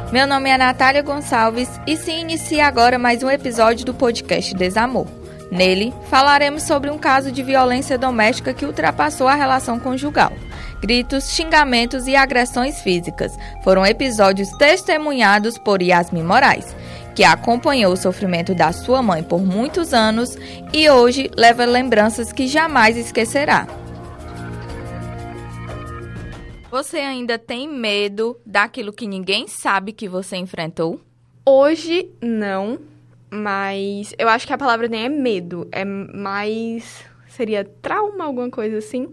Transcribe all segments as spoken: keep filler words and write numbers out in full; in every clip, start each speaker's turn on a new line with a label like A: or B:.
A: Meu nome é Natália Gonçalves e se inicia agora mais um episódio do podcast Desamor. Nele, falaremos sobre um caso de violência doméstica que ultrapassou a relação conjugal. Gritos, xingamentos e agressões físicas foram episódios testemunhados por Yasmin Moraes, que acompanhou o sofrimento da sua mãe por muitos anos e hoje leva lembranças que jamais esquecerá. Você ainda tem medo daquilo que ninguém sabe que você enfrentou?
B: Hoje, não, mas eu acho que a palavra nem é medo, é mais... seria trauma, alguma coisa assim,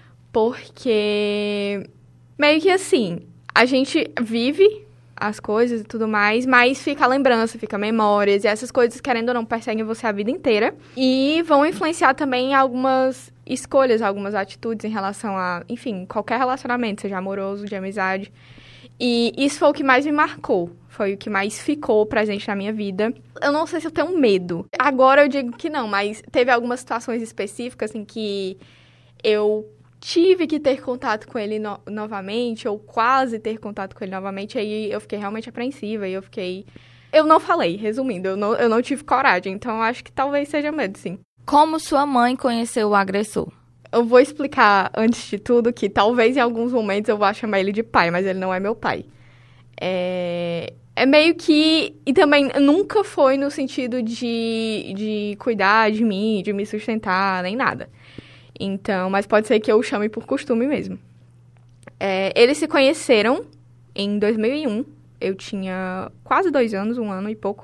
B: porque meio que assim, a gente vive as coisas e tudo mais, mas fica a lembrança, fica memórias, e essas coisas, querendo ou não, perseguem você a vida inteira, e vão influenciar também algumas escolhas, algumas atitudes em relação a, enfim, qualquer relacionamento, seja amoroso, de amizade. E isso foi o que mais me marcou, foi o que mais ficou presente na minha vida. Eu não sei se eu tenho medo. Agora eu digo que não, mas teve algumas situações específicas em que eu tive que ter contato com ele no- novamente, ou quase ter contato com ele novamente, aí eu fiquei realmente apreensiva, e eu fiquei... Eu não falei, resumindo, eu não, eu não tive coragem, então eu acho que talvez seja medo, sim.
A: Como sua mãe conheceu o agressor?
B: Eu vou explicar, antes de tudo, que talvez em alguns momentos eu vá chamar ele de pai, mas ele não é meu pai. É, é meio que... E também nunca foi no sentido de, de cuidar de mim, de me sustentar, nem nada. Então, mas pode ser que eu o chame por costume mesmo. É, eles se conheceram em dois mil e um. Eu tinha quase dois anos, um ano e pouco.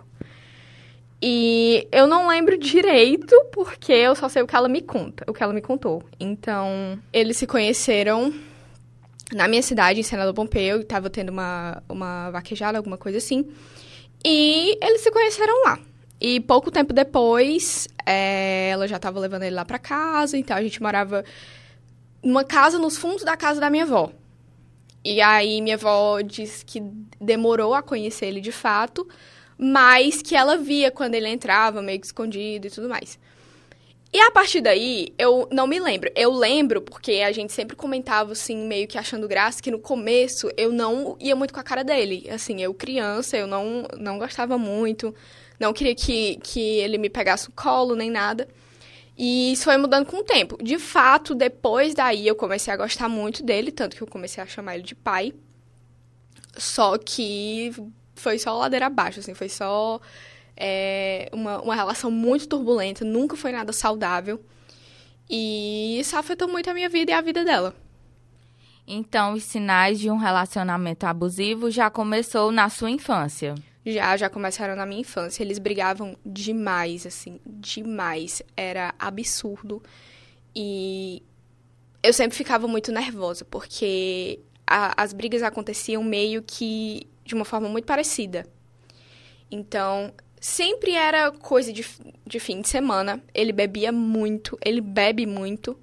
B: E eu não lembro direito, porque eu só sei o que ela me conta, o que ela me contou. Então, eles se conheceram na minha cidade, em Senador Pompeu, e tava tendo uma, uma vaquejada, alguma coisa assim. E eles se conheceram lá. E pouco tempo depois, é, ela já tava levando ele lá pra casa, então a gente morava numa casa nos fundos da casa da minha avó. E aí minha avó disse que demorou a conhecer ele de fato, mas que ela via quando ele entrava, meio que escondido e tudo mais. E a partir daí, eu não me lembro. Eu lembro porque a gente sempre comentava, assim, meio que achando graça, que no começo eu não ia muito com a cara dele. Assim, eu criança, eu não, não gostava muito, não queria que, que ele me pegasse no colo, nem nada. E isso foi mudando com o tempo. De fato, depois daí, eu comecei a gostar muito dele, tanto que eu comecei a chamar ele de pai. Só que... foi só ladeira abaixo, assim, foi só é, uma, uma relação muito turbulenta, nunca foi nada saudável. E isso afetou muito a minha vida e a vida dela.
A: Então, os sinais de um relacionamento abusivo já começou na sua infância?
B: Já, já começaram na minha infância. Eles brigavam demais, assim, demais. Era absurdo. E eu sempre ficava muito nervosa, porque a, as brigas aconteciam meio que de uma forma muito parecida. Então, sempre era coisa de, de fim de semana. Ele bebia muito, ele bebe muito.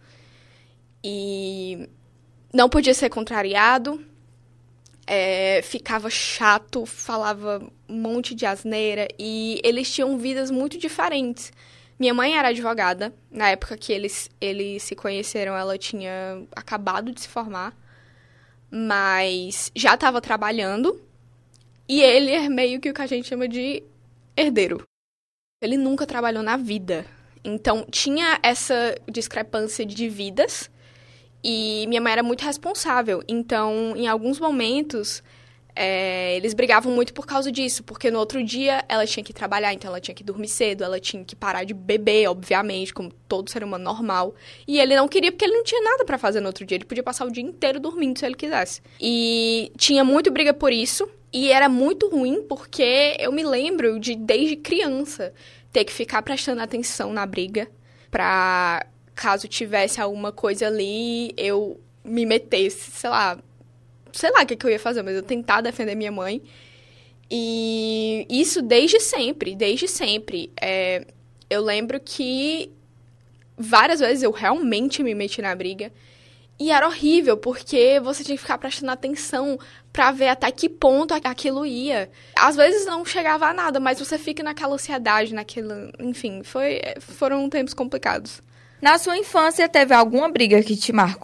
B: E não podia ser contrariado. É, ficava chato, falava um monte de asneira. E eles tinham vidas muito diferentes. Minha mãe era advogada. Na época que eles, eles se conheceram, ela tinha acabado de se formar. Mas já estava trabalhando. E ele é meio que o que a gente chama de herdeiro. Ele nunca trabalhou na vida. Então, tinha essa discrepância de vidas. E minha mãe era muito responsável. Então, em alguns momentos, é, eles brigavam muito por causa disso. Porque no outro dia, ela tinha que trabalhar. Então, ela tinha que dormir cedo. Ela tinha que parar de beber, obviamente, como todo ser humano normal. E ele não queria, porque ele não tinha nada pra fazer no outro dia. Ele podia passar o dia inteiro dormindo, se ele quisesse. E tinha muito briga por isso. E era muito ruim porque eu me lembro de, desde criança, ter que ficar prestando atenção na briga pra, caso tivesse alguma coisa ali, eu me metesse, sei lá, sei lá o que, que eu ia fazer, mas eu tentar defender minha mãe. E isso desde sempre, desde sempre. É, eu lembro que várias vezes eu realmente me meti na briga. E era horrível, porque você tinha que ficar prestando atenção pra ver até que ponto aquilo ia. Às vezes não chegava a nada, mas você fica naquela ansiedade, naquela... Enfim, foi, foram tempos complicados.
A: Na sua infância, teve alguma briga que te marcou?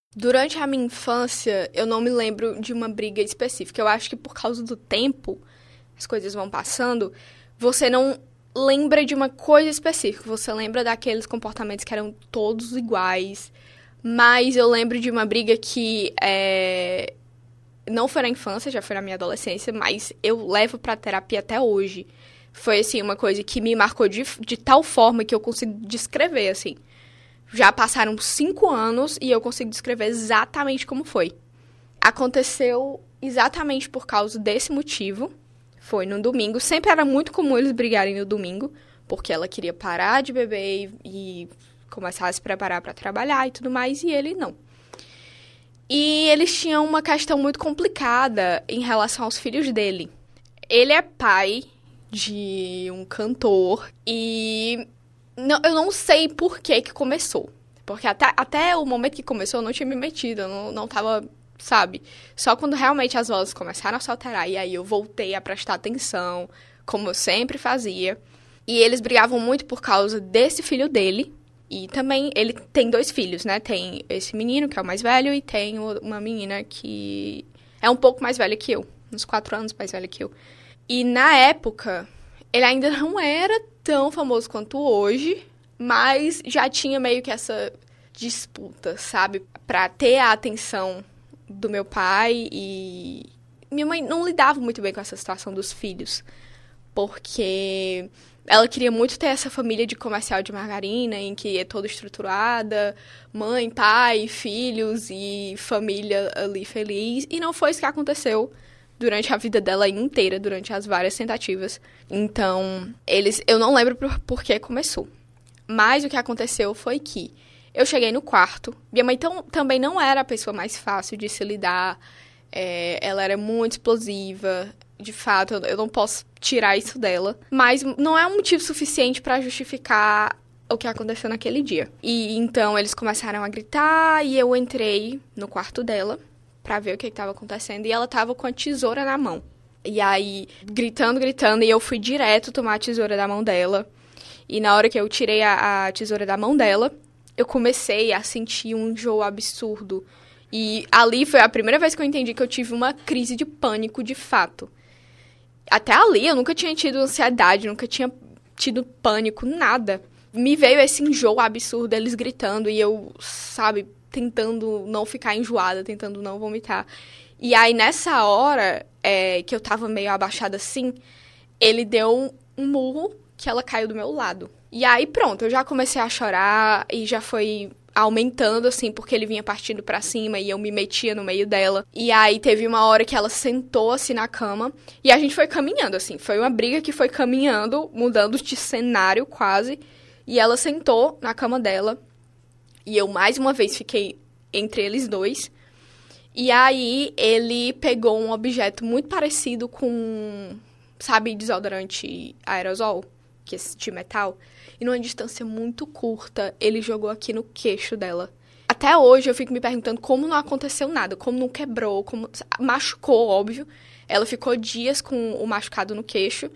B: Durante a minha infância, eu não me lembro de uma briga específica. Eu acho que por causa do tempo, as coisas vão passando, você não lembra de uma coisa específica. Você lembra daqueles comportamentos que eram todos iguais. Mas eu lembro de uma briga que é, não foi na infância, já foi na minha adolescência, mas eu levo pra terapia até hoje. Foi, assim, uma coisa que me marcou de, de tal forma que eu consigo descrever, assim. Já passaram cinco anos e eu consigo descrever exatamente como foi. Aconteceu exatamente por causa desse motivo. Foi no domingo. Sempre era muito comum eles brigarem no domingo, porque ela queria parar de beber e, e começar a se preparar para trabalhar e tudo mais, e ele não. E eles tinham uma questão muito complicada em relação aos filhos dele. Ele é pai de um cantor e não, eu não sei por que que começou. Porque até, até o momento que começou eu não tinha me metido, eu não, não tava, sabe? Só quando realmente as vozes começaram a se alterar, e aí eu voltei a prestar atenção, como eu sempre fazia. E eles brigavam muito por causa desse filho dele. E também ele tem dois filhos, né? Tem esse menino, que é o mais velho, e tem uma menina que é um pouco mais velha que eu. Uns quatro anos mais velha que eu. E na época, ele ainda não era tão famoso quanto hoje, mas já tinha meio que essa disputa, sabe? Pra ter a atenção do meu pai, e minha mãe não lidava muito bem com essa situação dos filhos, porque ela queria muito ter essa família de comercial de margarina, em que é toda estruturada, mãe, pai, filhos e família ali feliz, e não foi isso que aconteceu durante a vida dela inteira, durante as várias tentativas. Então, eles, eu não lembro por, por que começou. Mas o que aconteceu foi que eu cheguei no quarto. Minha mãe tão, também não era a pessoa mais fácil de se lidar. É, ela era muito explosiva. De fato, eu, eu não posso tirar isso dela. Mas não é um motivo suficiente para justificar o que aconteceu naquele dia. E então, eles começaram a gritar e eu entrei no quarto dela pra ver o que estava acontecendo, e ela tava com a tesoura na mão. E aí, gritando, gritando, e eu fui direto tomar a tesoura da mão dela. E na hora que eu tirei a, a tesoura da mão dela, eu comecei a sentir um enjoo absurdo. E ali foi a primeira vez que eu entendi que eu tive uma crise de pânico, de fato. Até ali, eu nunca tinha tido ansiedade, nunca tinha tido pânico, nada. Me veio esse enjoo absurdo, eles gritando, e eu, sabe, tentando não ficar enjoada, tentando não vomitar. E aí, nessa hora, é, que eu tava meio abaixada assim, ele deu um, um murro que ela caiu do meu lado. E aí, pronto, eu já comecei a chorar e já foi aumentando, assim, porque ele vinha partindo pra cima e eu me metia no meio dela. E aí, teve uma hora que ela sentou, assim, na cama e a gente foi caminhando, assim. Foi uma briga que foi caminhando, mudando de cenário quase. E ela sentou na cama dela. E eu, mais uma vez, fiquei entre eles dois. E aí, ele pegou um objeto muito parecido com, sabe, desodorante aerosol, que é de metal. E numa distância muito curta, ele jogou aqui no queixo dela. Até hoje, eu fico me perguntando como não aconteceu nada, como não quebrou, como machucou, óbvio. Ela ficou dias com o machucado no queixo,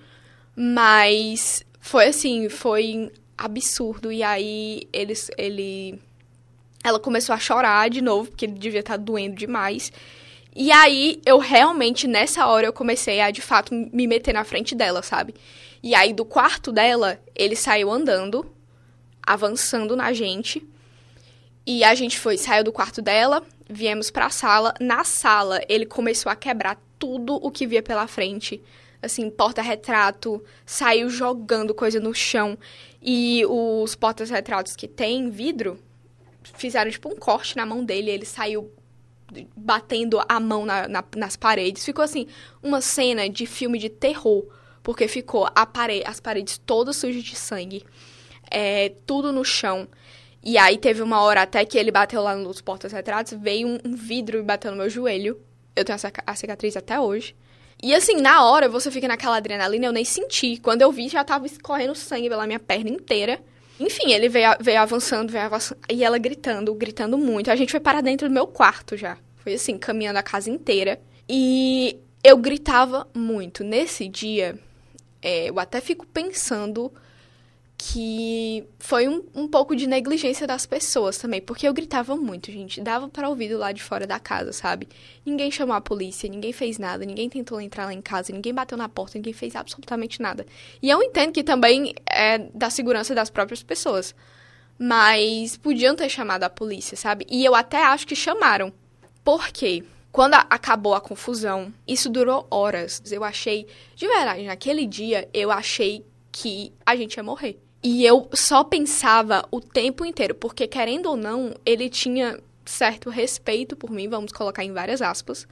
B: mas foi assim, foi absurdo. E aí, eles, ele... ela começou a chorar de novo, porque ele devia estar doendo demais. E aí, eu realmente, nessa hora, eu comecei a, de fato, me meter na frente dela, sabe? E aí, do quarto dela, ele saiu andando, avançando na gente. E a gente foi, saiu do quarto dela, viemos pra sala. Na sala, ele começou a quebrar tudo o que via pela frente. Assim, porta-retrato, saiu jogando coisa no chão. E os porta-retratos que tem vidro fizeram, tipo, um corte na mão dele. Ele saiu batendo a mão na, na, nas paredes. Ficou, assim, uma cena de filme de terror. Porque ficou a pare- as paredes todas sujas de sangue. É, tudo no chão. E aí, teve uma hora até que ele bateu lá nos porta-retratos. Veio um, um vidro e bateu no meu joelho. Eu tenho a cicatriz até hoje. E assim, na hora, você fica naquela adrenalina, eu nem senti. Quando eu vi, já tava escorrendo sangue pela minha perna inteira. Enfim, ele veio, veio avançando, veio avançando. E ela gritando, gritando muito. A gente foi para dentro do meu quarto já. Foi assim, caminhando a casa inteira. E eu gritava muito. Nesse dia, é, eu até fico pensando que foi um, um pouco de negligência das pessoas também, porque eu gritava muito, gente, dava pra ouvir do lado de fora da casa, sabe? Ninguém chamou a polícia, ninguém fez nada, ninguém tentou entrar lá em casa, ninguém bateu na porta, ninguém fez absolutamente nada. E eu entendo que também é da segurança das próprias pessoas, mas podiam ter chamado a polícia, sabe? E eu até acho que chamaram. Por quê? Quando a- acabou a confusão, isso durou horas. Eu achei, de verdade, naquele dia, eu achei que a gente ia morrer. E eu só pensava o tempo inteiro, porque, querendo ou não, ele tinha certo respeito por mim, vamos colocar em várias aspas.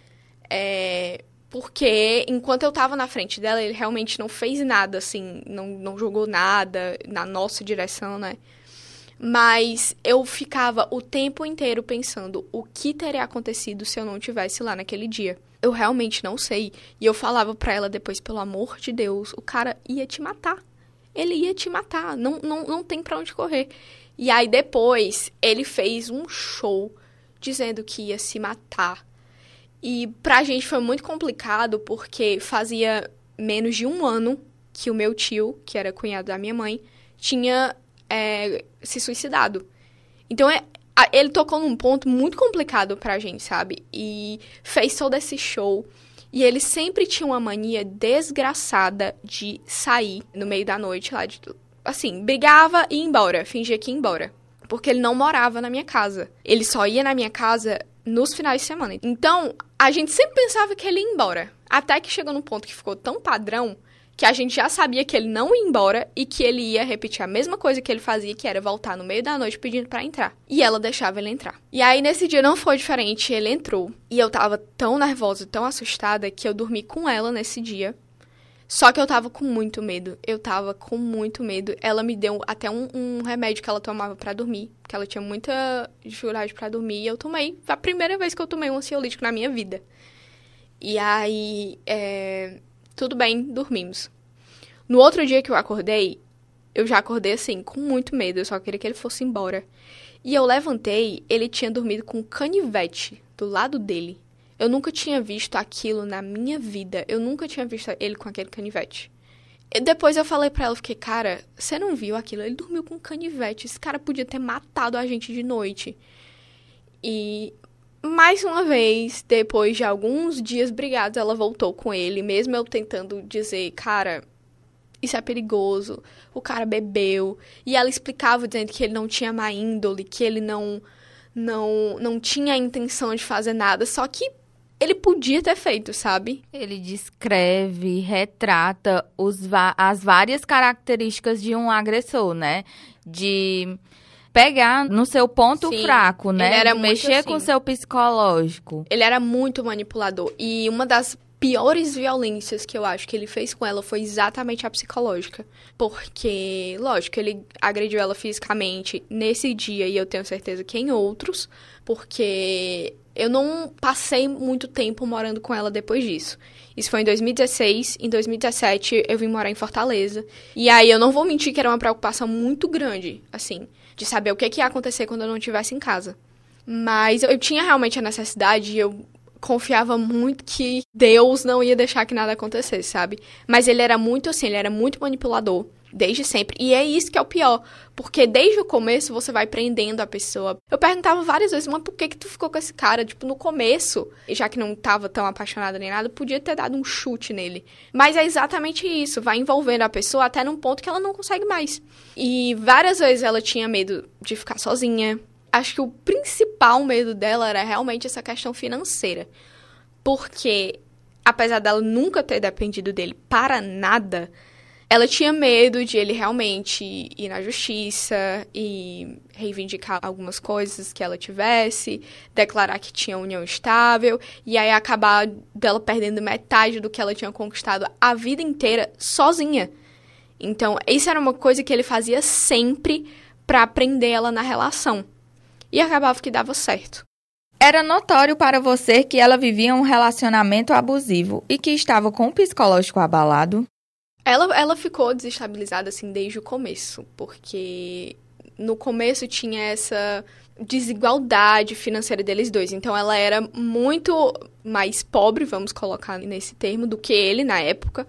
B: É, porque, enquanto eu tava na frente dela, ele realmente não fez nada, assim, não, não jogou nada na nossa direção, né? Mas eu ficava o tempo inteiro pensando o que teria acontecido se eu não tivesse lá naquele dia. Eu realmente não sei. E eu falava pra ela depois, pelo amor de Deus, o cara ia te matar. Ele ia te matar. Não, não, não tem pra onde correr. E aí depois ele fez um show dizendo que ia se matar. E pra gente foi muito complicado porque fazia menos de um ano que o meu tio, que era cunhado da minha mãe, tinha é, se suicidado. Então é, a- ele tocou num ponto muito complicado pra gente, sabe? E fez todo esse show. E ele sempre tinha uma mania desgraçada de sair no meio da noite lá, de, assim, brigava e ia embora, fingia que ia embora. Porque ele não morava na minha casa. Ele só ia na minha casa nos finais de semana. Então, a gente sempre pensava que ele ia embora. Até que chegou num ponto que ficou tão padrão que a gente já sabia que ele não ia embora e que ele ia repetir a mesma coisa que ele fazia, que era voltar no meio da noite pedindo pra entrar. E ela deixava ele entrar. E aí, nesse dia não foi diferente, ele entrou. E eu tava tão nervosa, tão assustada, que eu dormi com ela nesse dia. Só que eu tava com muito medo. Eu tava com muito medo. Ela me deu até um, um remédio que ela tomava pra dormir, porque ela tinha muita dificuldade pra dormir. E eu tomei, foi a primeira vez que eu tomei um ansiolítico na minha vida. E aí, é... tudo bem, dormimos. No outro dia que eu acordei, eu já acordei assim, com muito medo. Eu só queria que ele fosse embora. E eu levantei, ele tinha dormido com um canivete do lado dele. Eu nunca tinha visto aquilo na minha vida. Eu nunca tinha visto ele com aquele canivete. E depois eu falei pra ela, fiquei, cara, você não viu aquilo? Ele dormiu com um canivete. Esse cara podia ter matado a gente de noite. E mais uma vez, depois de alguns dias brigados, ela voltou com ele, mesmo eu tentando dizer, cara, isso é perigoso, o cara bebeu. E ela explicava, dizendo que ele não tinha má índole, que ele não, não, não tinha a intenção de fazer nada, só que ele podia ter feito, sabe?
A: Ele descreve, retrata os va- as várias características de um agressor, né? De pegar no seu ponto
B: Sim,
A: fraco, né?
B: ele era
A: De
B: muito
A: mexer
B: assim.
A: com o seu psicológico.
B: Ele era muito manipulador. E uma das piores violências que eu acho que ele fez com ela foi exatamente a psicológica. Porque, lógico, ele agrediu ela fisicamente nesse dia e eu tenho certeza que em outros. Porque eu não passei muito tempo morando com ela depois disso. Isso foi em dois mil e dezesseis. Em dois mil e dezessete, eu vim morar em Fortaleza. E aí, eu não vou mentir que era uma preocupação muito grande, assim, de saber o que, que ia acontecer quando eu não estivesse em casa. Mas eu tinha realmente a necessidade e eu confiava muito que Deus não ia deixar que nada acontecesse, sabe? Mas ele era muito assim, ele era muito manipulador. Desde sempre. E é isso que é o pior. Porque desde o começo você vai prendendo a pessoa. Eu perguntava várias vezes, mas por que que tu ficou com esse cara? Tipo, no começo, já que não tava tão apaixonada nem nada, podia ter dado um chute nele. Mas é exatamente isso. Vai envolvendo a pessoa até num ponto que ela não consegue mais. E várias vezes ela tinha medo de ficar sozinha. Acho que o principal medo dela era realmente essa questão financeira. Porque, apesar dela nunca ter dependido dele para nada, ela tinha medo de ele realmente ir na justiça e reivindicar algumas coisas que ela tivesse, declarar que tinha união estável, e aí acabar dela perdendo metade do que ela tinha conquistado a vida inteira sozinha. Então, isso era uma coisa que ele fazia sempre pra prender ela na relação. E acabava que dava certo.
A: Era notório para você que ela vivia um relacionamento abusivo e que estava com o psicológico abalado?
B: Ela, ela ficou desestabilizada, assim, desde o começo, porque no começo tinha essa desigualdade financeira deles dois. Então, ela era muito mais pobre, vamos colocar nesse termo, do que ele na época,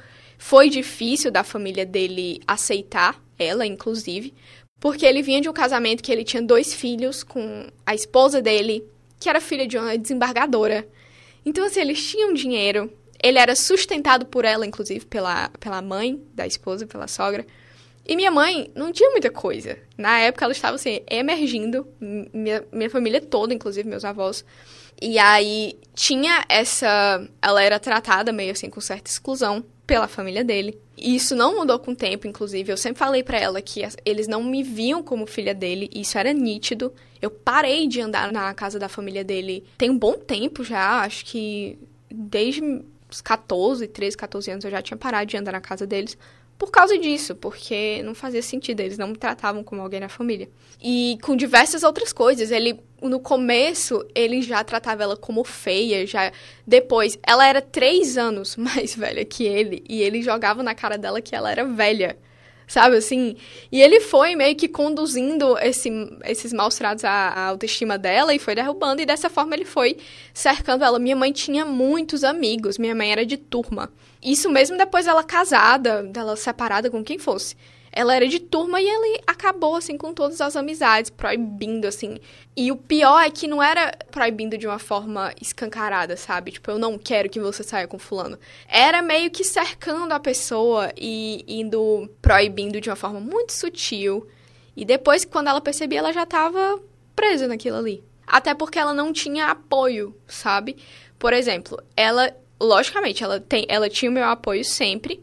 B: Foi difícil da família dele aceitar ela, inclusive, porque ele vinha de um casamento que ele tinha dois filhos com a esposa dele, que era filha de uma desembargadora. Então, assim, eles tinham dinheiro. Ele era sustentado por ela, inclusive, pela, pela mãe da esposa, pela sogra. E minha mãe não tinha muita coisa. Na época, ela estava, assim, emergindo. Minha, minha família toda, inclusive meus avós. E aí, tinha essa... Ela era tratada meio, assim, com certa exclusão pela família dele. E isso não mudou com o tempo, inclusive. Eu sempre falei pra ela que eles não me viam como filha dele. E isso era nítido. Eu parei de andar na casa da família dele tem um bom tempo já. Acho que desde os catorze, treze, catorze anos eu já tinha parado de andar na casa deles. Por causa disso, porque não fazia sentido, eles não me tratavam como alguém na família. E com diversas outras coisas, ele, no começo, ele já tratava ela como feia, já depois, ela era três anos mais velha que ele, e ele jogava na cara dela que ela era velha, sabe, assim? E ele foi meio que conduzindo esse, esses maus tratos à, à autoestima dela e foi derrubando, e dessa forma ele foi cercando ela. Minha mãe tinha muitos amigos, minha mãe era de turma. Isso mesmo depois dela casada, dela separada com quem fosse. Ela era de turma e ele acabou, assim, com todas as amizades, proibindo, assim. E o pior é que não era proibindo de uma forma escancarada, sabe? Tipo, eu não quero que você saia com fulano. Era meio que cercando a pessoa e indo proibindo de uma forma muito sutil. E depois, quando ela percebia, ela já tava presa naquilo ali. Até porque ela não tinha apoio, sabe? Por exemplo, ela... Logicamente, ela, tem, ela tinha o meu apoio sempre,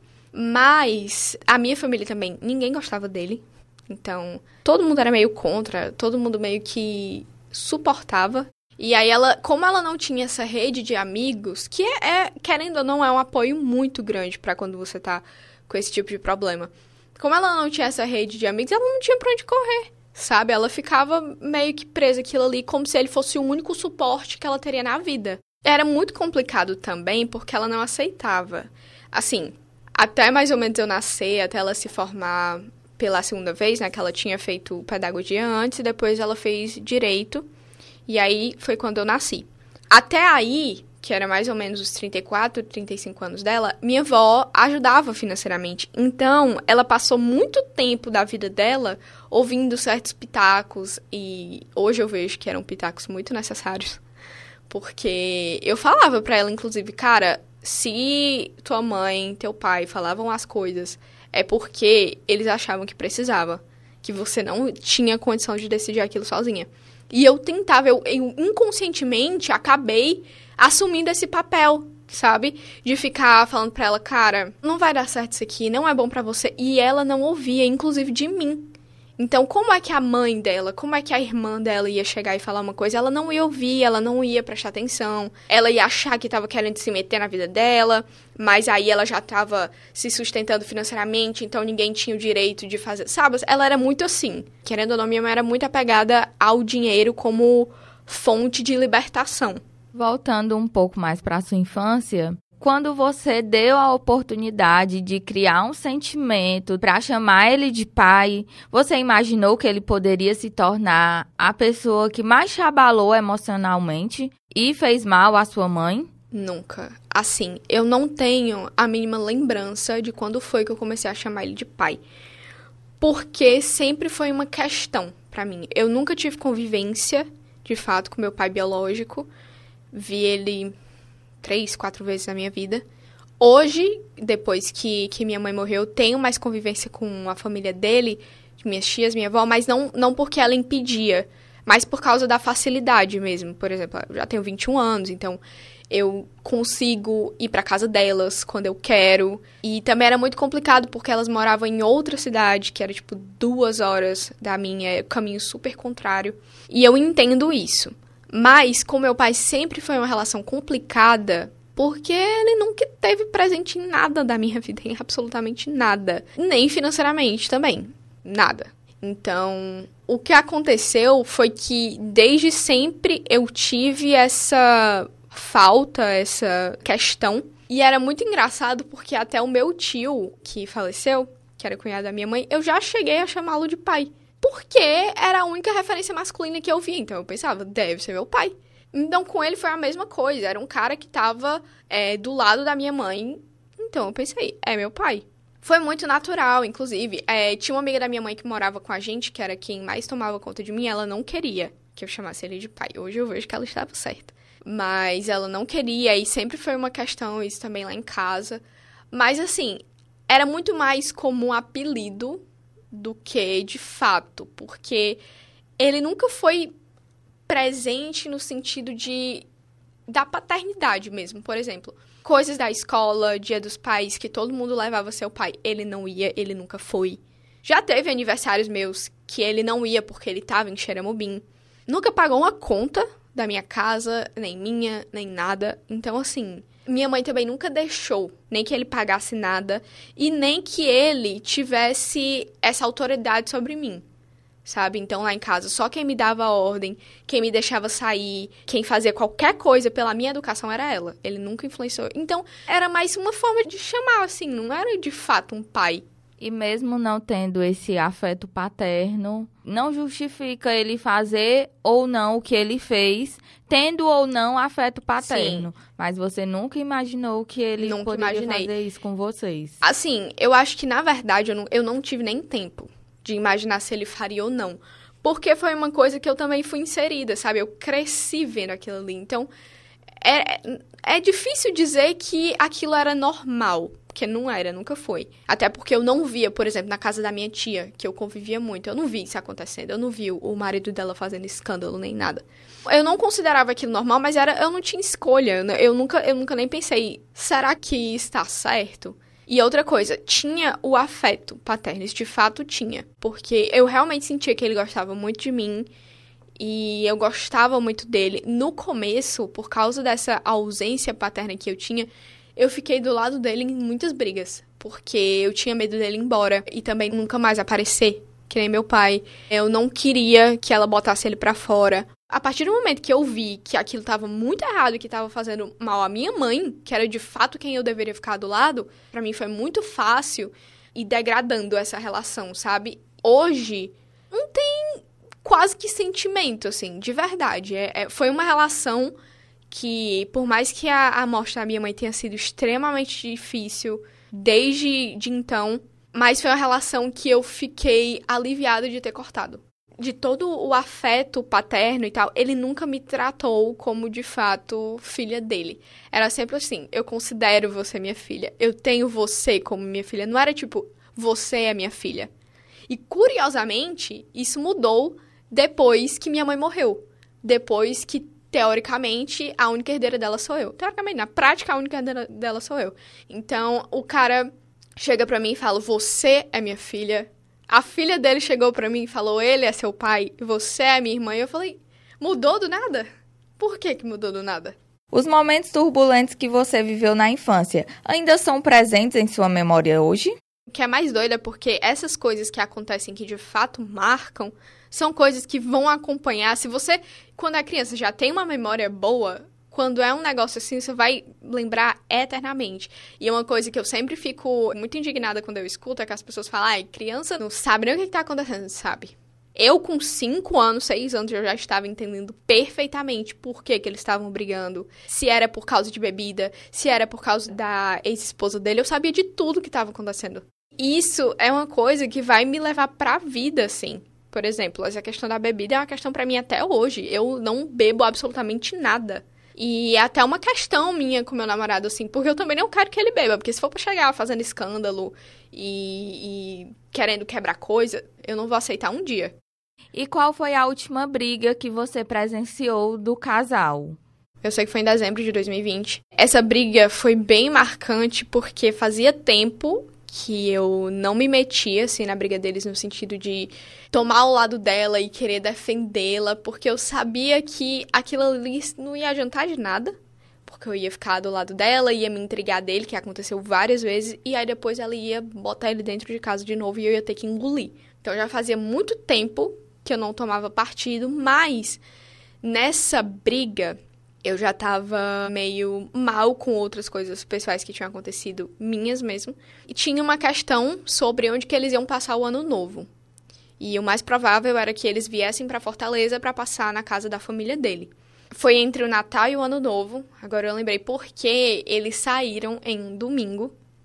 B: mas a minha família também, ninguém gostava dele. Então, todo mundo era meio contra, todo mundo meio que suportava. E aí, ela, como ela não tinha essa rede de amigos, que é, é querendo ou não, é um apoio muito grande pra quando você tá com esse tipo de problema. Como ela não tinha essa rede de amigos, ela não tinha pra onde correr, sabe? Ela ficava meio que presa aquilo ali, como se ele fosse o único suporte que ela teria na vida. Era muito complicado também, porque ela não aceitava. Assim, até mais ou menos eu nascer, até ela se formar pela segunda vez, né? Que ela tinha feito pedagogia antes e depois ela fez direito. E aí foi quando eu nasci. Até aí, que era mais ou menos os trinta e quatro, trinta e cinco anos dela, minha avó ajudava financeiramente. Então, ela passou muito tempo da vida dela ouvindo certos pitacos. E hoje eu vejo que eram pitacos muito necessários. Porque eu falava pra ela, inclusive, cara, se tua mãe, teu pai falavam as coisas, é porque eles achavam que precisava, que você não tinha condição de decidir aquilo sozinha. E eu tentava, eu, eu inconscientemente acabei assumindo esse papel, sabe? De ficar falando pra ela, cara, não vai dar certo isso aqui, não é bom pra você. E ela não ouvia, inclusive de mim. Então, como é que a mãe dela, como é que a irmã dela ia chegar e falar uma coisa? Ela não ia ouvir, ela não ia prestar atenção, ela ia achar que estava querendo se meter na vida dela, mas aí ela já estava se sustentando financeiramente, então ninguém tinha o direito de fazer, sabe? Ela era muito assim. Querendo ou não, minha mãe era muito apegada ao dinheiro como fonte de libertação.
A: Voltando um pouco mais para a sua infância... Quando você deu a oportunidade de criar um sentimento para chamar ele de pai, você imaginou que ele poderia se tornar a pessoa que mais te abalou emocionalmente e fez mal à sua mãe?
B: Nunca. Assim, eu não tenho a mínima lembrança de quando foi que eu comecei a chamar ele de pai. Porque sempre foi uma questão para mim. Eu nunca tive convivência, de fato, com meu pai biológico. Vi ele... três, quatro vezes na minha vida. Hoje, depois que, que minha mãe morreu, eu tenho mais convivência com a família dele, minhas tias, minha avó, mas não, não porque ela impedia, mas por causa da facilidade mesmo. Por exemplo, eu já tenho vinte e um anos, então eu consigo ir pra casa delas quando eu quero. E também era muito complicado porque elas moravam em outra cidade, que era tipo duas horas da minha, caminho super contrário. E eu entendo isso. Mas, com meu pai, sempre foi uma relação complicada, porque ele nunca teve presente em nada da minha vida, em absolutamente nada. Nem financeiramente também, nada. Então, o que aconteceu foi que, desde sempre, eu tive essa falta, essa questão. E era muito engraçado, porque até o meu tio, que faleceu, que era cunhado da minha mãe, eu já cheguei a chamá-lo de pai. Porque era a única referência masculina que eu via. Então, eu pensava, deve ser meu pai. Então, com ele foi a mesma coisa. Era um cara que tava é, do lado da minha mãe em então eu pensei, é meu pai. Foi muito natural, inclusive. É, tinha uma amiga da minha mãe que morava com a gente, que era quem mais tomava conta de mim, ela não queria que eu chamasse ele de pai. Hoje eu vejo que ela estava certa. Mas ela não queria, e sempre foi uma questão, isso também lá em casa. Mas, assim, era muito mais como um apelido do que de fato, porque ele nunca foi presente no sentido de da paternidade mesmo, por exemplo. Coisas da escola, Dia dos Pais, que todo mundo levava seu pai. Ele não ia, ele nunca foi. Já teve aniversários meus que ele não ia porque ele tava em Xeramobim. Nunca pagou uma conta da minha casa, nem minha, nem nada. Então, assim, minha mãe também nunca deixou nem que ele pagasse nada e nem que ele tivesse essa autoridade sobre mim, sabe? Então, lá em casa, só quem me dava a ordem, quem me deixava sair, quem fazia qualquer coisa pela minha educação era ela. Ele nunca influenciou. Então, era mais uma forma de chamar, assim, não era de fato um pai.
A: E mesmo não tendo esse afeto paterno, não justifica ele fazer ou não o que ele fez, tendo ou não afeto paterno. Sim. Mas você nunca imaginou que ele nunca poderia imaginei. fazer isso com vocês?
B: Assim, eu acho que, na verdade, eu não, eu não tive nem tempo de imaginar se ele faria ou não. Porque foi uma coisa que eu também fui inserida, sabe? Eu cresci vendo aquilo ali. Então, é, é difícil dizer que aquilo era normal. Porque não era, nunca foi. Até porque eu não via, por exemplo, na casa da minha tia, que eu convivia muito, eu não vi isso acontecendo. Eu não vi o marido dela fazendo escândalo nem nada. Eu não considerava aquilo normal, mas era, eu não tinha escolha. Eu nunca, eu nunca nem pensei, será que está certo? E outra coisa, tinha o afeto paterno, isso de fato tinha. Porque eu realmente sentia que ele gostava muito de mim e eu gostava muito dele. No começo, por causa dessa ausência paterna que eu tinha, eu fiquei do lado dele em muitas brigas, porque eu tinha medo dele ir embora e também nunca mais aparecer, que nem meu pai. Eu não queria que ela botasse ele pra fora. A partir do momento que eu vi que aquilo tava muito errado e que tava fazendo mal à minha mãe, que era de fato quem eu deveria ficar do lado, pra mim foi muito fácil ir degradando essa relação, sabe? Hoje, não tem quase que sentimento, assim, de verdade. É, é, foi uma relação que, por mais que a, a morte da minha mãe tenha sido extremamente difícil desde de então, mas foi uma relação que eu fiquei aliviada de ter cortado. De todo o afeto paterno e tal, ele nunca me tratou como, de fato, filha dele. Era sempre assim, eu considero você minha filha, eu tenho você como minha filha. Não era tipo, você é minha filha. E, curiosamente, isso mudou depois que minha mãe morreu. Depois que, teoricamente, a única herdeira dela sou eu. Teoricamente, na prática, a única herdeira dela sou eu. Então, o cara chega pra mim e fala, você é minha filha. A filha dele chegou pra mim e falou, ele é seu pai, você é minha irmã. E eu falei, mudou do nada? Por que que mudou do nada?
A: Os momentos turbulentos que você viveu na infância ainda são presentes em sua memória hoje?
B: O que é mais doido é porque essas coisas que acontecem que de fato marcam são coisas que vão acompanhar. Se você, quando é criança, já tem uma memória boa, quando é um negócio assim, você vai lembrar eternamente. E é uma coisa que eu sempre fico muito indignada quando eu escuto, é que as pessoas falam, ai, criança não sabe nem o que está acontecendo, sabe? Eu, com cinco anos, seis anos, eu já estava entendendo perfeitamente por que que eles estavam brigando. Se era por causa de bebida, se era por causa da ex-esposa dele, eu sabia de tudo que estava acontecendo. Isso é uma coisa que vai me levar pra vida, assim. Por exemplo, essa questão da bebida é uma questão pra mim até hoje. Eu não bebo absolutamente nada. E é até uma questão minha com meu namorado, assim, porque eu também não quero que ele beba. Porque se for pra chegar fazendo escândalo e, e querendo quebrar coisa, eu não vou aceitar um dia.
A: E qual foi a última briga que você presenciou do casal?
B: Eu sei que foi em dezembro de dois mil e vinte. Essa briga foi bem marcante porque fazia tempo que eu não me metia, assim, na briga deles no sentido de tomar o lado dela e querer defendê-la, porque eu sabia que aquilo ali não ia adiantar de nada, porque eu ia ficar do lado dela, ia me intrigar dele, que aconteceu várias vezes, e aí depois ela ia botar ele dentro de casa de novo e eu ia ter que engolir. Então já fazia muito tempo que eu não tomava partido, mas nessa briga eu já tava meio mal com outras coisas pessoais que tinham acontecido, minhas mesmo. E tinha uma questão sobre onde que eles iam passar o ano novo. E o mais provável era que eles viessem pra Fortaleza pra passar na casa da família dele. Foi entre o Natal e o Ano Novo. Agora eu lembrei porque eles saíram em um domingo.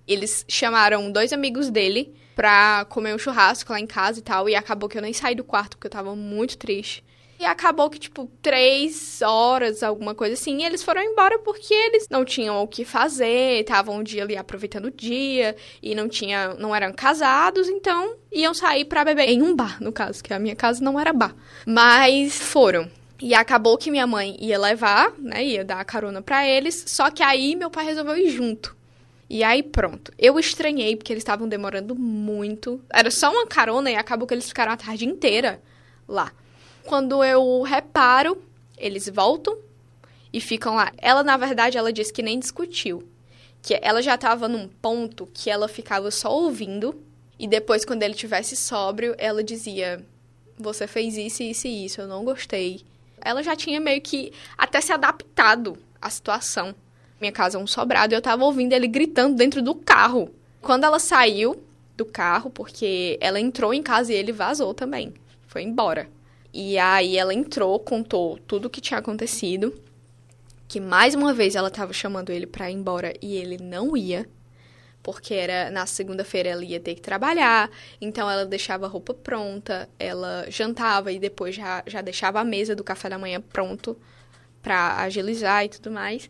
B: Eles chamaram dois amigos dele pra comer um churrasco lá em casa e tal, e acabou que eu nem saí do quarto, porque eu tava muito triste. E acabou que, tipo, três horas, alguma coisa assim, e eles foram embora porque eles não tinham o que fazer, estavam um dia ali aproveitando o dia, e não tinha, não eram casados, então iam sair pra beber em um bar, no caso, que a minha casa não era bar. Mas foram. E acabou que minha mãe ia levar, né, ia dar a carona pra eles, só que aí meu pai resolveu ir junto. E aí, pronto. Eu estranhei, porque eles estavam demorando muito. Era só uma carona e acabou que eles ficaram a tarde inteira lá. Quando eu reparo, eles voltam e ficam lá. Ela, na verdade, ela disse que nem discutiu. Que ela já estava num ponto que ela ficava só ouvindo. E depois, quando ele tivesse sóbrio, ela dizia: você fez isso, isso e isso, eu não gostei. Ela já tinha meio que até se adaptado à situação. Minha casa é um sobrado e eu tava ouvindo ele gritando dentro do carro. Quando ela saiu do carro, porque ela entrou em casa e ele vazou também. Foi embora. E aí ela entrou, contou tudo o que tinha acontecido. Que mais uma vez ela tava chamando ele pra ir embora e ele não ia. Porque era na segunda-feira ela ia ter que trabalhar. Então ela deixava a roupa pronta, ela jantava e depois já, já deixava a mesa do café da manhã pronto pra agilizar e tudo mais.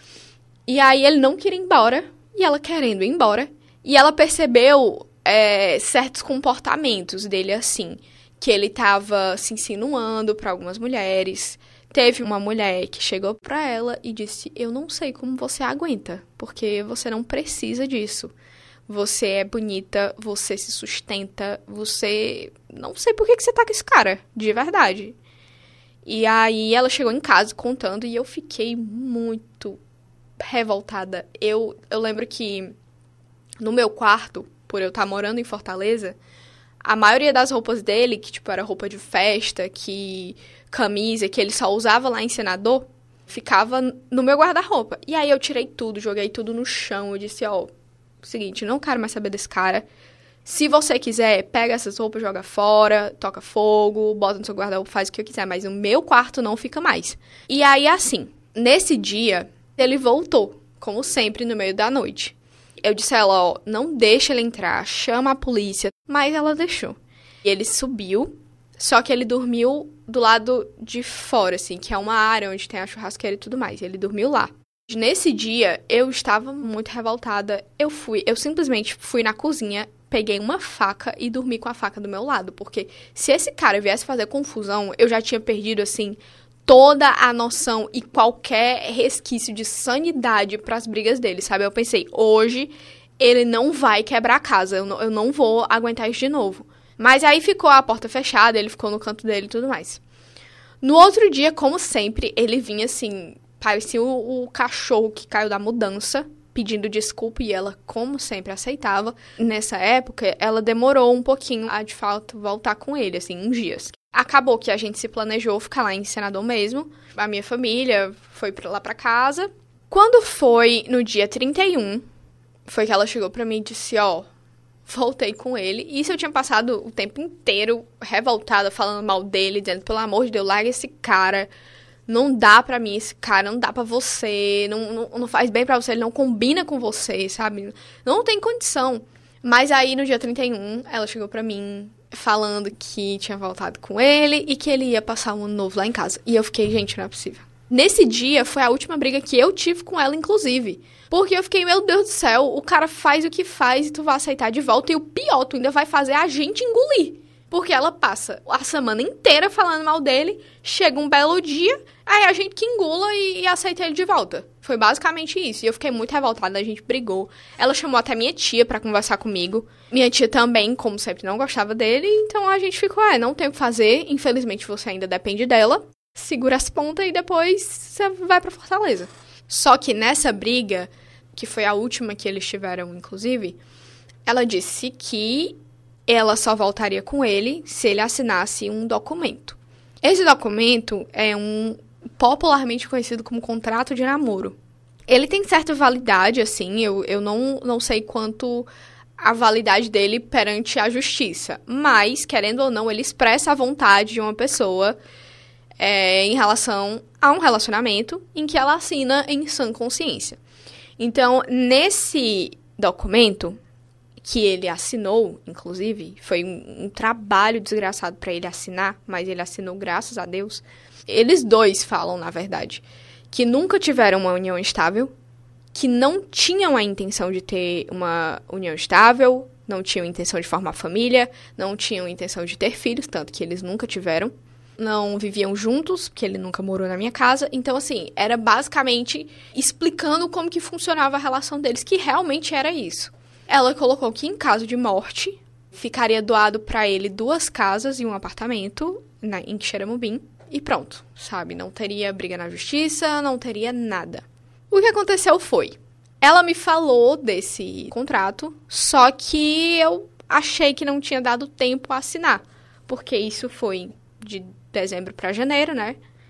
B: E aí ele não queria ir embora, e ela querendo ir embora. E ela percebeu é, certos comportamentos dele, assim, que ele tava se insinuando pra algumas mulheres. Teve uma mulher que chegou pra ela e disse: eu não sei como você aguenta, porque você não precisa disso. Você é bonita, você se sustenta, você... não sei por que que você tá com esse cara, de verdade. E aí ela chegou em casa contando e eu fiquei muito revoltada. Eu, eu lembro que no meu quarto, por eu estar morando em Fortaleza, a maioria das roupas dele, que tipo era roupa de festa, que camisa, que ele só usava lá em Senador, ficava no meu guarda-roupa. E aí eu tirei tudo, joguei tudo no chão, eu disse: ó, seguinte, não quero mais saber desse cara. Se você quiser, pega essas roupas, joga fora, toca fogo, bota no seu guarda-roupa, faz o que eu quiser, mas o meu quarto não fica mais. E aí, assim, nesse dia, ele voltou, como sempre, no meio da noite. Eu disse a ela: ó, não deixa ele entrar, chama a polícia. Mas ela deixou. E ele subiu, só que ele dormiu do lado de fora, assim, que é uma área onde tem a churrasqueira e tudo mais. Ele dormiu lá. Nesse dia, eu estava muito revoltada. Eu fui, eu simplesmente fui na cozinha, peguei uma faca e dormi com a faca do meu lado. Porque se esse cara viesse fazer confusão, eu já tinha perdido, assim, toda a noção e qualquer resquício de sanidade pras brigas dele, sabe? Eu pensei: hoje ele não vai quebrar a casa, eu não, eu não vou aguentar isso de novo. Mas aí ficou a porta fechada, ele ficou no canto dele e tudo mais. No outro dia, como sempre, ele vinha assim, parecia o, o cachorro que caiu da mudança, pedindo desculpa, e ela, como sempre, aceitava. Nessa época, ela demorou um pouquinho a, de fato, voltar com ele, assim, uns dias. Acabou que a gente se planejou ficar lá em Senador mesmo. A minha família foi pra lá pra casa. Quando foi no dia trinta e um, foi que ela chegou pra mim e disse: ó, voltei com ele. Isso eu tinha passado o tempo inteiro revoltada, falando mal dele, dizendo: pelo amor de Deus, larga esse cara. Não dá pra mim esse cara, não dá pra você, não, não, não faz bem pra você, ele não combina com você, sabe? Não tem condição. Mas aí, no dia trinta e um, ela chegou pra mim falando que tinha voltado com ele e que ele ia passar um ano novo lá em casa. E eu fiquei: gente, não é possível. Nesse dia, foi a última briga que eu tive com ela, inclusive. Porque eu fiquei: meu Deus do céu, o cara faz o que faz e tu vai aceitar de volta. E o pior, tu ainda vai fazer a gente engolir. Porque ela passa a semana inteira falando mal dele, chega um belo dia, aí a gente que engula e, e aceita ele de volta. Foi basicamente isso. E eu fiquei muito revoltada, a gente brigou. Ela chamou até minha tia pra conversar comigo. Minha tia também, como sempre, não gostava dele. Então a gente ficou: é, não tem o que fazer. Infelizmente você ainda depende dela. Segura as pontas e depois você vai pra Fortaleza. Só que nessa briga, que foi a última que eles tiveram, inclusive, ela disse que ela só voltaria com ele se ele assinasse um documento. Esse documento é um popularmente conhecido como contrato de namoro. Ele tem certa validade, assim, eu, eu não, não sei quanto a validade dele perante a justiça, mas, querendo ou não, ele expressa a vontade de uma pessoa é, em relação a um relacionamento em que ela assina em sã consciência. Então, nesse documento que ele assinou, inclusive, foi um, um trabalho desgraçado para ele assinar, mas ele assinou graças a Deus. Eles dois falam, na verdade, que nunca tiveram uma união estável, que não tinham a intenção de ter uma união estável, não tinham intenção de formar família, não tinham intenção de ter filhos, tanto que eles nunca tiveram. Não viviam juntos, porque ele nunca morou na minha casa. Então, assim, era basicamente explicando como que funcionava a relação deles, que realmente era isso. Ela colocou que em caso de morte, ficaria doado pra ele duas casas e um apartamento na, em Xeramubim. E pronto, sabe? Não teria briga na justiça, não teria nada. O que aconteceu foi, ela me falou desse contrato, só que eu achei que não tinha dado tempo a assinar. Porque isso foi de dezembro pra janeiro, né?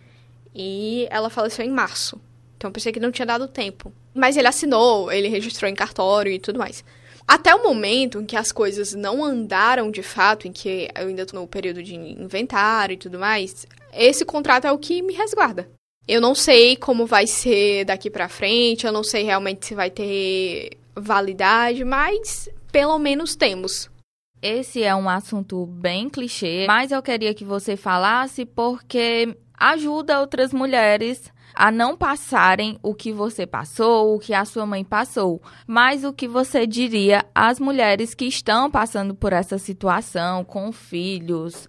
B: E ela faleceu em março. Então eu pensei que não tinha dado tempo. Mas ele assinou, ele registrou em cartório e tudo mais. Até o momento em que as coisas não andaram de fato, em que eu ainda estou no período de inventário e tudo mais, esse contrato é o que me resguarda. Eu não sei como vai ser daqui pra frente, eu não sei realmente se vai ter validade, mas pelo menos temos.
A: Esse é um assunto bem clichê, mas eu queria que você falasse porque ajuda outras mulheres a não passarem o que você passou, o que a sua mãe passou, mas o que você diria às mulheres que estão passando por essa situação, com filhos,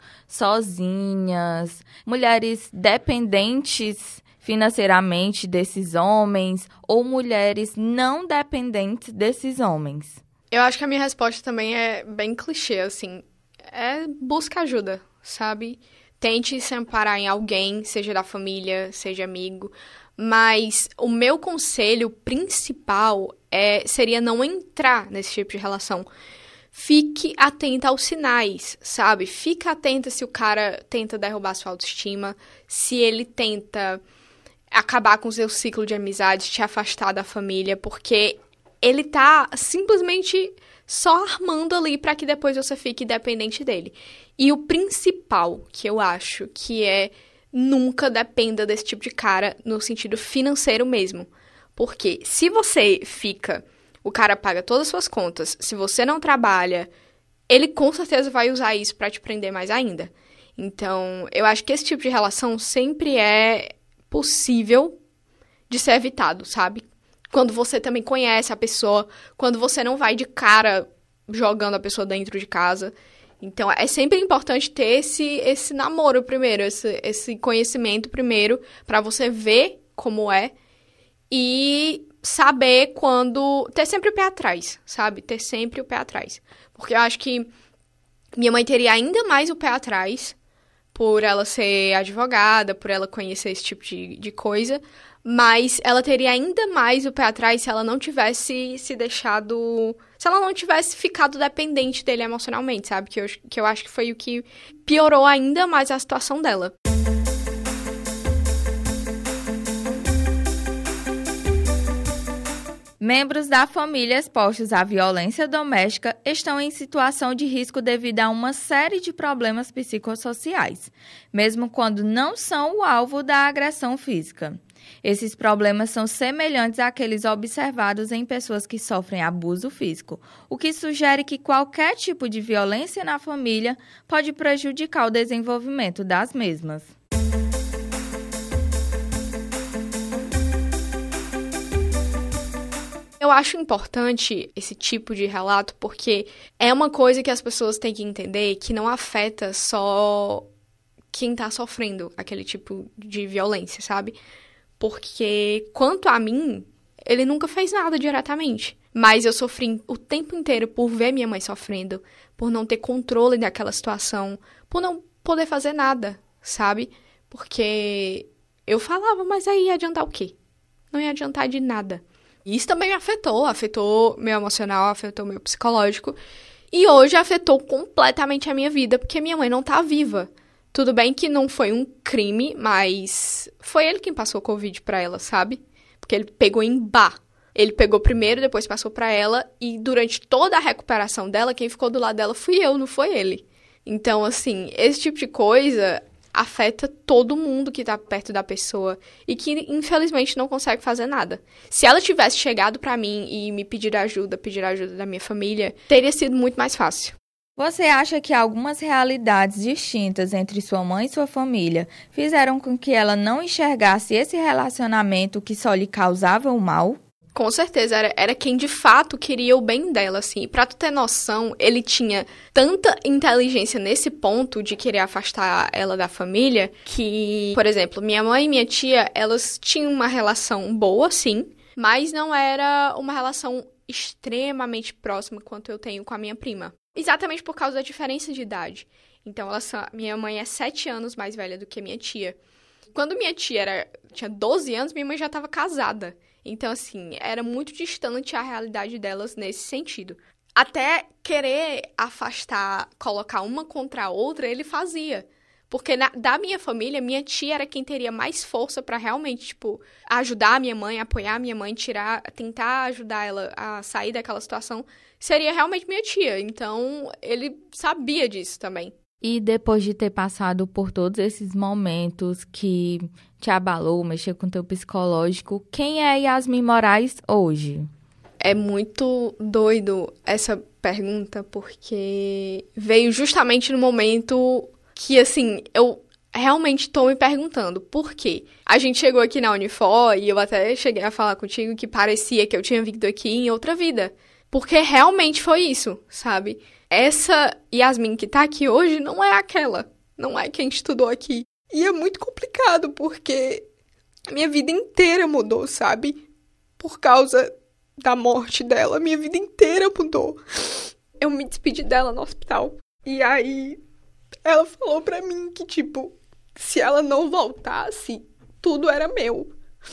A: sozinhas, mulheres dependentes financeiramente desses homens ou mulheres não dependentes desses homens?
B: Eu acho que a minha resposta também é bem clichê, assim, é busca ajuda, sabe? Tente se amparar em alguém, seja da família, seja amigo, mas o meu conselho principal é, seria não entrar nesse tipo de relação. Fique atenta aos sinais, sabe? Fique atenta se o cara tenta derrubar sua autoestima, se ele tenta acabar com o seu ciclo de amizades, te afastar da família, porque ele tá simplesmente só armando ali para que depois você fique dependente dele. E o principal, que eu acho, que é nunca dependa desse tipo de cara no sentido financeiro mesmo. Porque se você fica, o cara paga todas as suas contas, se você não trabalha, ele com certeza vai usar isso para te prender mais ainda. Então, eu acho que esse tipo de relação sempre é possível de ser evitado, sabe? Quando você também conhece a pessoa, quando você não vai de cara jogando a pessoa dentro de casa. Então, é sempre importante ter esse, esse namoro primeiro, esse, esse conhecimento primeiro, pra você ver como é e saber quando... Ter sempre o pé atrás, sabe? Ter sempre o pé atrás. Porque eu acho que minha mãe teria ainda mais o pé atrás por ela ser advogada, por ela conhecer esse tipo de, de coisa, mas ela teria ainda mais o pé atrás se ela não tivesse se deixado... Se ela não tivesse ficado dependente dele emocionalmente, sabe? Que eu, que eu acho que foi o que piorou ainda mais a situação dela.
A: Membros da família expostos à violência doméstica estão em situação de risco devido a uma série de problemas psicossociais, mesmo quando não são o alvo da agressão física. Esses problemas são semelhantes àqueles observados em pessoas que sofrem abuso físico, o que sugere que qualquer tipo de violência na família pode prejudicar o desenvolvimento das mesmas.
B: Eu acho importante esse tipo de relato porque é uma coisa que as pessoas têm que entender que não afeta só quem tá sofrendo aquele tipo de violência, sabe? Porque, quanto a mim, ele nunca fez nada diretamente. Mas eu sofri o tempo inteiro por ver minha mãe sofrendo, por não ter controle daquela situação, por não poder fazer nada, sabe? Porque eu falava, mas aí ia adiantar o quê? Não ia adiantar de nada. E isso também me afetou, afetou meu emocional, afetou meu psicológico. E hoje afetou completamente a minha vida, porque minha mãe não tá viva. Tudo bem que não foi um crime, mas foi ele quem passou o Covid pra ela, sabe? Porque ele pegou em bar. Ele pegou primeiro, depois passou pra ela, e durante toda a recuperação dela, quem ficou do lado dela fui eu, não foi ele. Então, assim, esse tipo de coisa afeta todo mundo que tá perto da pessoa e que, infelizmente, não consegue fazer nada. Se ela tivesse chegado pra mim e me pedir ajuda, pedir ajuda da minha família, teria sido muito mais fácil.
A: Você acha que algumas realidades distintas entre sua mãe e sua família fizeram com que ela não enxergasse esse relacionamento que só lhe causava o mal?
B: Com certeza, era, era quem de fato queria o bem dela, assim. E pra tu ter noção, ele tinha tanta inteligência nesse ponto de querer afastar ela da família, que, por exemplo, minha mãe e minha tia, elas tinham uma relação boa, sim, mas não era uma relação extremamente próxima quanto eu tenho com a minha prima. Exatamente por causa da diferença de idade. Então, ela, minha mãe é sete anos mais velha do que minha tia. Quando minha tia era, tinha doze anos, minha mãe já estava casada. Então, assim, era muito distante a realidade delas nesse sentido. Até querer afastar, colocar uma contra a outra, ele fazia. Porque na, da minha família, minha tia era quem teria mais força pra realmente, tipo, ajudar a minha mãe, apoiar a minha mãe, tirar, tentar ajudar ela a sair daquela situação. Seria realmente minha tia. Então, ele sabia disso também.
A: E depois de ter passado por todos esses momentos que te abalou, mexeu com o teu psicológico, quem é Yasmin Moraes hoje?
B: É muito doido essa pergunta, porque veio justamente no momento que, assim, eu realmente tô me perguntando por quê. A gente chegou aqui na Unifor e eu até cheguei a falar contigo que parecia que eu tinha vindo aqui em outra vida. Porque realmente foi isso, sabe? Essa Yasmin que tá aqui hoje não é aquela. Não é quem estudou aqui. E é muito complicado, porque a minha vida inteira mudou, sabe? Por causa da morte dela, minha vida inteira mudou. Eu me despedi dela no hospital. E aí, ela falou pra mim que, tipo, se ela não voltasse, tudo era meu.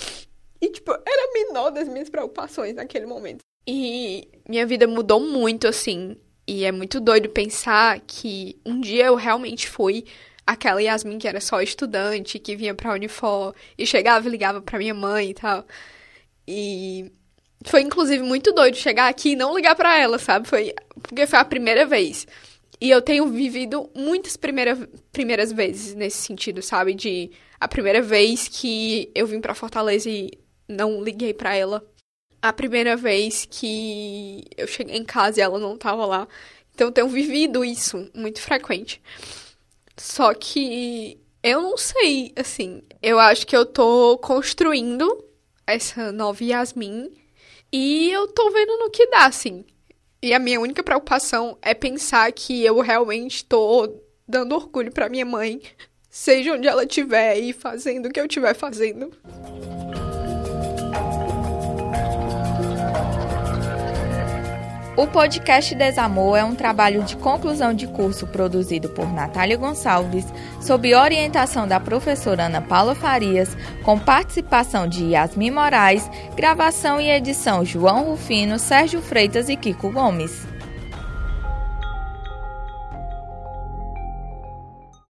B: E, tipo, era a menor das minhas preocupações naquele momento. E minha vida mudou muito, assim. E é muito doido pensar que um dia eu realmente fui aquela Yasmin que era só estudante, que vinha pra Unifor e chegava e ligava pra minha mãe e tal. E foi, inclusive, muito doido chegar aqui e não ligar pra ela, sabe? Foi, porque foi a primeira vez. E eu tenho vivido muitas primeira, primeiras vezes nesse sentido, sabe? De a primeira vez que eu vim pra Fortaleza e não liguei pra ela. A primeira vez que eu cheguei em casa e ela não tava lá. Então eu tenho vivido isso muito frequente. Só que eu não sei, assim, eu acho que eu tô construindo essa nova Yasmin e eu tô vendo no que dá, assim. E a minha única preocupação é pensar que eu realmente tô dando orgulho pra minha mãe, seja onde ela estiver e fazendo o que eu estiver fazendo.
A: O podcast Desamor é um trabalho de conclusão de curso produzido por Natália Gonçalves, sob orientação da professora Ana Paula Farias, com participação de Yasmin Moraes, gravação e edição João Rufino, Sérgio Freitas e Kiko Gomes.